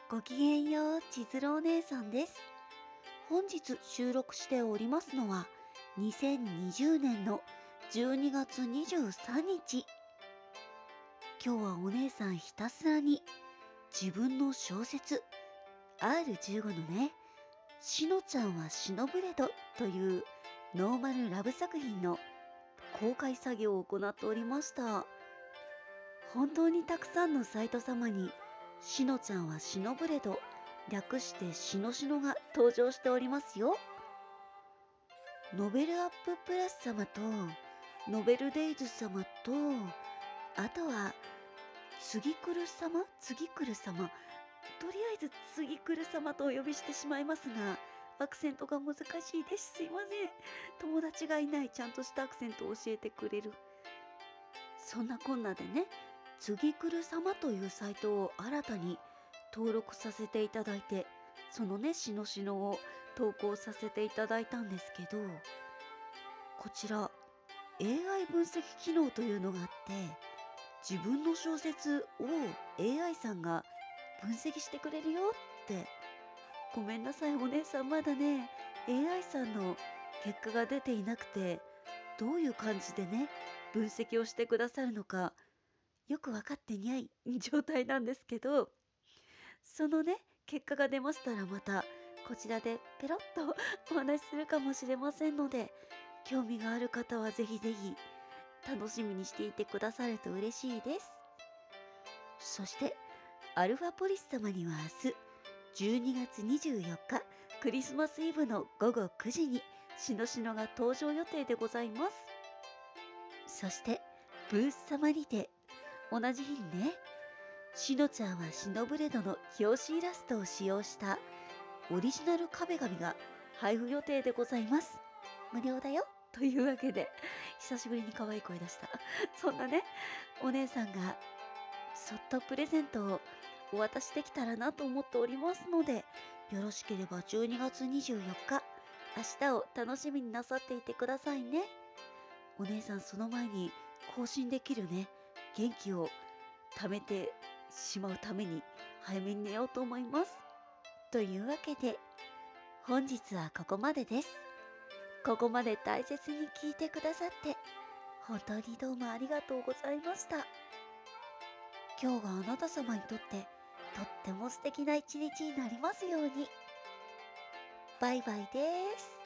ごきげんよう、千鶴お姉さんです。本日収録しておりますのは、2020年の12月23日。今日はお姉さんひたすらに自分の小説 R15 のね、しのちゃんはしのぶれどというノーマルラブ作品の公開作業を行っておりました。本当にたくさんのサイト様にしのちゃんはしのぶれど略してしのしのが登場しておりますよ。ノベルアッププラス様とノベルデイズ様と、あとは次来る様次来る様、とりあえず次来る様とお呼びしてしまいますが、アクセントが難しいです。すいません。友達がいない、ちゃんとしたアクセントを教えてくれる。そんなこんなでね、次来る様というサイトを新たに登録させていただいて、そのね、しのしのを投稿させていただいたんですけど、こちら AI 分析機能というのがあって、自分の小説を AI さんが分析してくれるよって。ごめんなさい、お姉さん、まだね、AI さんの結果が出ていなくて、どういう感じでね、分析をしてくださるのか、よく分かってにゃい状態なんですけど、そのね、結果が出ましたらまた、こちらでペロッとお話しするかもしれませんので、興味がある方はぜひぜひ楽しみにしていてくださると嬉しいです。そして、アルファポリス様には明日、12月24日、クリスマスイブの午後9時に、しのしのが登場予定でございます。そして、ブース様にて、同じ日にね、しのちゃんはしのぶれどの表紙イラストを使用したオリジナル壁紙が配布予定でございます。無料だよ。というわけで、久しぶりに可愛い声出した。そんなね、お姉さんがそっとプレゼントをお渡しできたらなと思っておりますので、よろしければ12月24日、明日を楽しみになさっていてくださいね。お姉さん、その前に更新できるね、元気を貯めてしまうために早めに寝ようと思います。というわけで、本日はここまでです。ここまで大切に聞いてくださって、本当にどうもありがとうございました。今日があなた様にとってとっても素敵な一日になりますように。バイバイです。